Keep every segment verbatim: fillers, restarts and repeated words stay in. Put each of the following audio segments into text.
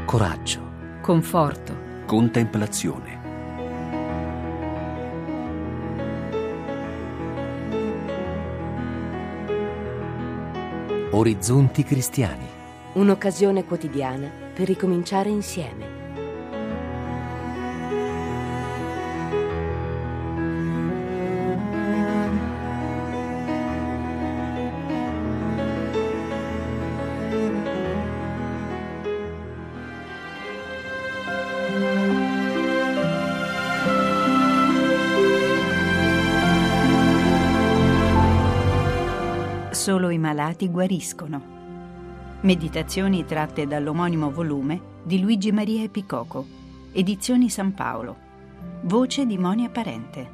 coraggio, conforto, contemplazione. Orizzonti cristiani. Un'occasione quotidiana per ricominciare insieme. Solo i malati guariscono. Meditazioni tratte dall'omonimo volume di Luigi Maria Epicoco, Edizioni San Paolo. Voce di Monia Parente.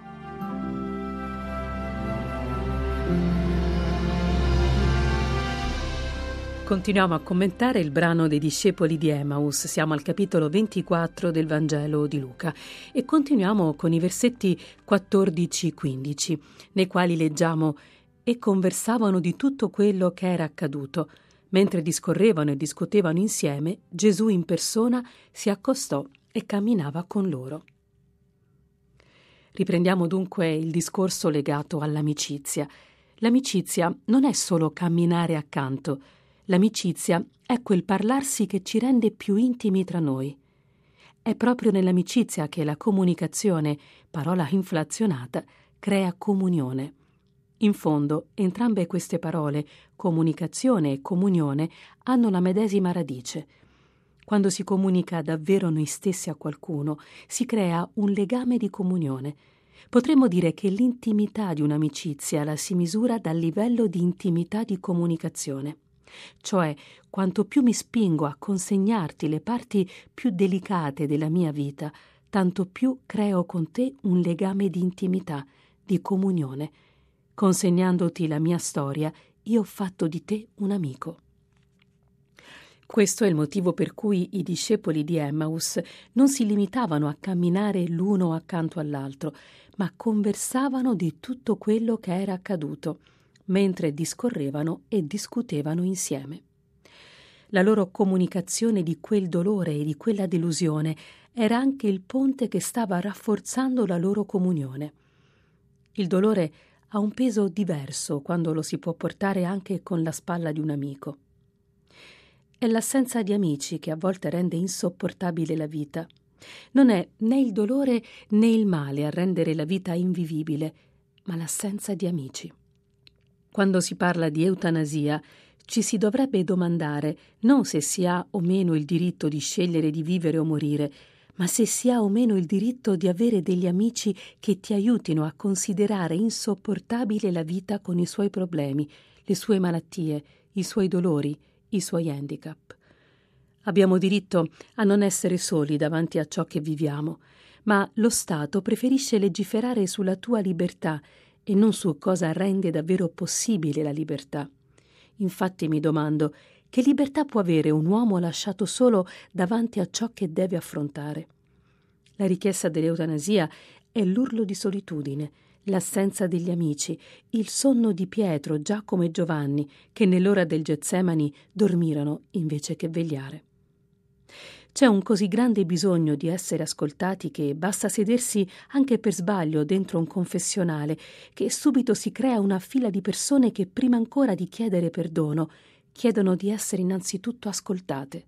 Continuiamo a commentare il brano dei discepoli di Emmaus. Siamo al capitolo ventiquattro del Vangelo di Luca e continuiamo con i versetti quattordici quindici, nei quali leggiamo: e conversavano di tutto quello che era accaduto. Mentre discorrevano e discutevano insieme, Gesù in persona si accostò e camminava con loro. Riprendiamo dunque il discorso legato all'amicizia. L'amicizia non è solo camminare accanto. L'amicizia è quel parlarsi che ci rende più intimi tra noi. È proprio nell'amicizia che la comunicazione, parola inflazionata, crea comunione. In fondo, entrambe queste parole, comunicazione e comunione, hanno la medesima radice. Quando si comunica davvero noi stessi a qualcuno, si crea un legame di comunione. Potremmo dire che l'intimità di un'amicizia la si misura dal livello di intimità di comunicazione. Cioè, quanto più mi spingo a consegnarti le parti più delicate della mia vita, tanto più creo con te un legame di intimità, di comunione. Consegnandoti la mia storia, io ho fatto di te un amico. Questo è il motivo per cui i discepoli di Emmaus non si limitavano a camminare l'uno accanto all'altro, ma conversavano di tutto quello che era accaduto, mentre discorrevano e discutevano insieme. La loro comunicazione di quel dolore e di quella delusione era anche il ponte che stava rafforzando la loro comunione. Il dolore ha un peso diverso quando lo si può portare anche con la spalla di un amico. È l'assenza di amici che a volte rende insopportabile la vita. Non è né il dolore né il male a rendere la vita invivibile, ma l'assenza di amici. Quando si parla di eutanasia, ci si dovrebbe domandare non se si ha o meno il diritto di scegliere di vivere o morire, ma se si ha o meno il diritto di avere degli amici che ti aiutino a considerare insopportabile la vita con i suoi problemi, le sue malattie, i suoi dolori, i suoi handicap. Abbiamo diritto a non essere soli davanti a ciò che viviamo, ma lo Stato preferisce legiferare sulla tua libertà e non su cosa rende davvero possibile la libertà. Infatti mi domando, che libertà può avere un uomo lasciato solo davanti a ciò che deve affrontare? La richiesta dell'eutanasia è l'urlo di solitudine, l'assenza degli amici, il sonno di Pietro, Giacomo e Giovanni, che nell'ora del Getsemani dormirono invece che vegliare. C'è un così grande bisogno di essere ascoltati che basta sedersi anche per sbaglio dentro un confessionale, che subito si crea una fila di persone che prima ancora di chiedere perdono chiedono di essere innanzitutto ascoltate.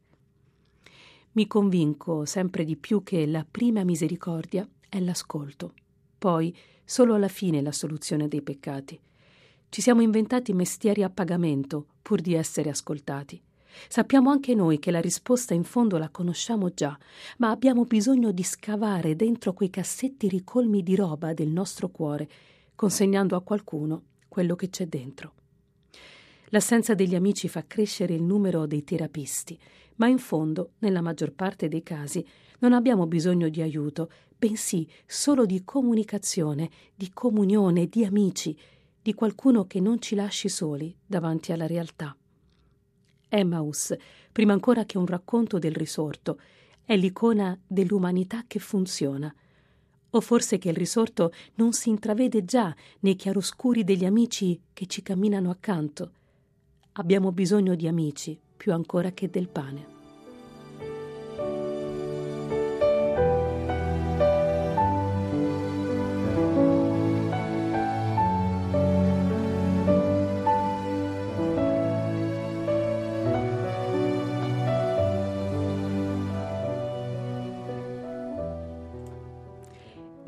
Mi convinco sempre di più che la prima misericordia è l'ascolto, poi solo alla fine la soluzione dei peccati. Ci siamo inventati mestieri a pagamento pur di essere ascoltati. Sappiamo anche noi che la risposta in fondo la conosciamo già, ma abbiamo bisogno di scavare dentro quei cassetti ricolmi di roba del nostro cuore, consegnando a qualcuno quello che c'è dentro. L'assenza degli amici fa crescere il numero dei terapisti, ma in fondo, nella maggior parte dei casi, non abbiamo bisogno di aiuto, bensì solo di comunicazione, di comunione, di amici, di qualcuno che non ci lasci soli davanti alla realtà. Emmaus, prima ancora che un racconto del risorto, è l'icona dell'umanità che funziona. O forse che il risorto non si intravede già nei chiaroscuri degli amici che ci camminano accanto. Abbiamo bisogno di amici più ancora che del pane.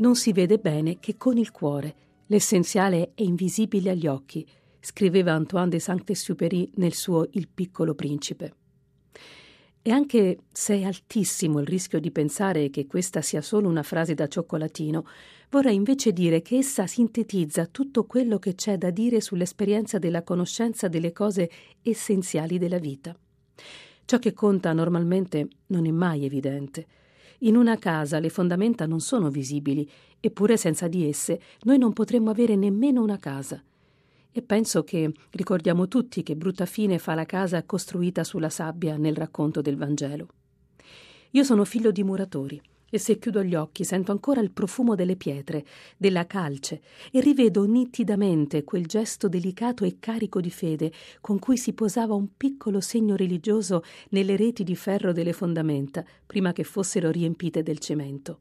non si vede bene che con il cuore. L'essenziale è invisibile agli occhi, scriveva Antoine de Saint-Exupéry nel suo Il piccolo principe. E anche se è altissimo il rischio di pensare che questa sia solo una frase da cioccolatino, vorrei invece dire che essa sintetizza tutto quello che c'è da dire sull'esperienza della conoscenza delle cose essenziali della vita. Ciò che conta normalmente non è mai evidente. In una casa le fondamenta non sono visibili, eppure senza di esse noi non potremmo avere nemmeno una casa. E penso che ricordiamo tutti che brutta fine fa la casa costruita sulla sabbia nel racconto del Vangelo. Io sono figlio di muratori e se chiudo gli occhi sento ancora il profumo delle pietre, della calce e rivedo nitidamente quel gesto delicato e carico di fede con cui si posava un piccolo segno religioso nelle reti di ferro delle fondamenta prima che fossero riempite del cemento.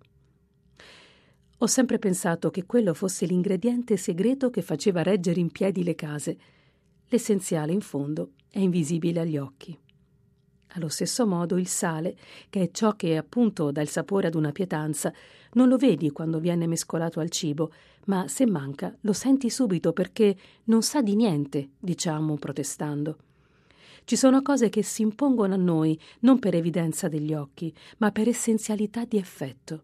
Ho sempre pensato che quello fosse l'ingrediente segreto che faceva reggere in piedi le case. L'essenziale, in fondo, è invisibile agli occhi. Allo stesso modo il sale, che è ciò che appunto dà il sapore ad una pietanza, non lo vedi quando viene mescolato al cibo, ma se manca lo senti subito perché non sa di niente, diciamo protestando. Ci sono cose che si impongono a noi non per evidenza degli occhi, ma per essenzialità di effetto.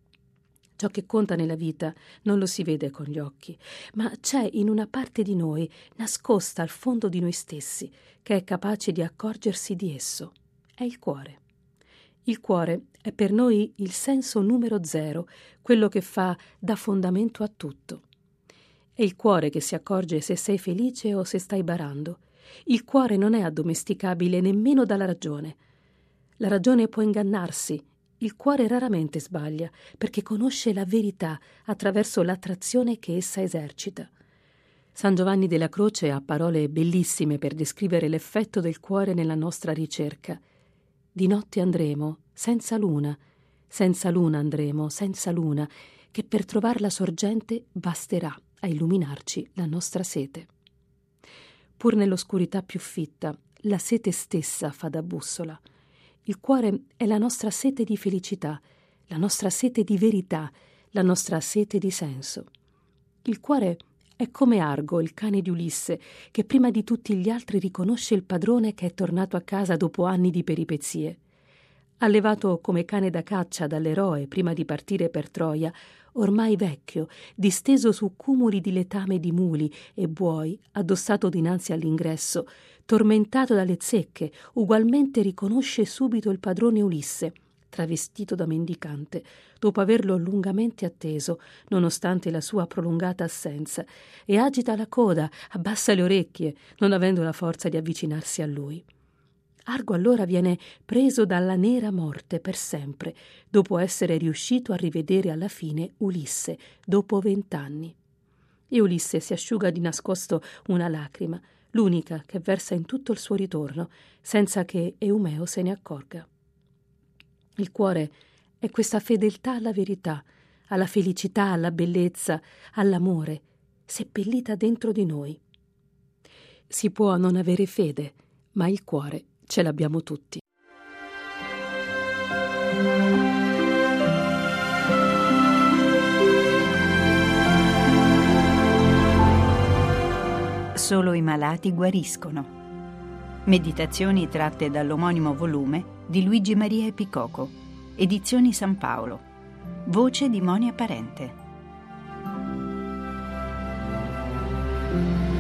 Ciò che conta nella vita non lo si vede con gli occhi, ma c'è in una parte di noi, nascosta al fondo di noi stessi, che è capace di accorgersi di esso. È il cuore. Il cuore è per noi il senso numero zero, quello che fa da fondamento a tutto. È il cuore che si accorge se sei felice o se stai barando. Il cuore non è addomesticabile nemmeno dalla ragione. La ragione può ingannarsi. Il cuore raramente sbaglia, perché conosce la verità attraverso l'attrazione che essa esercita. San Giovanni della Croce ha parole bellissime per descrivere l'effetto del cuore nella nostra ricerca. Di notte andremo, senza luna, senza luna andremo, senza luna, che per trovar la sorgente basterà a illuminarci la nostra sete. Pur nell'oscurità più fitta, la sete stessa fa da bussola. Il cuore è la nostra sete di felicità, la nostra sete di verità, la nostra sete di senso. Il cuore è come Argo, il cane di Ulisse, che prima di tutti gli altri riconosce il padrone che è tornato a casa dopo anni di peripezie. Allevato come cane da caccia dall'eroe prima di partire per Troia, ormai vecchio, disteso su cumuli di letame di muli e buoi, addossato dinanzi all'ingresso, tormentato dalle zecche, ugualmente riconosce subito il padrone Ulisse, travestito da mendicante, dopo averlo lungamente atteso, nonostante la sua prolungata assenza, e agita la coda, abbassa le orecchie, non avendo la forza di avvicinarsi a lui. Argo allora viene preso dalla nera morte per sempre, dopo essere riuscito a rivedere alla fine Ulisse, dopo vent'anni. E Ulisse si asciuga di nascosto una lacrima, l'unica che versa in tutto il suo ritorno, senza che Eumeo se ne accorga. Il cuore è questa fedeltà alla verità, alla felicità, alla bellezza, all'amore, seppellita dentro di noi. Si può non avere fede, ma il cuore ce l'abbiamo tutti. Solo i malati guariscono. Meditazioni tratte dall'omonimo volume di Luigi Maria Epicoco, Edizioni San Paolo. Voce di Monia Parente.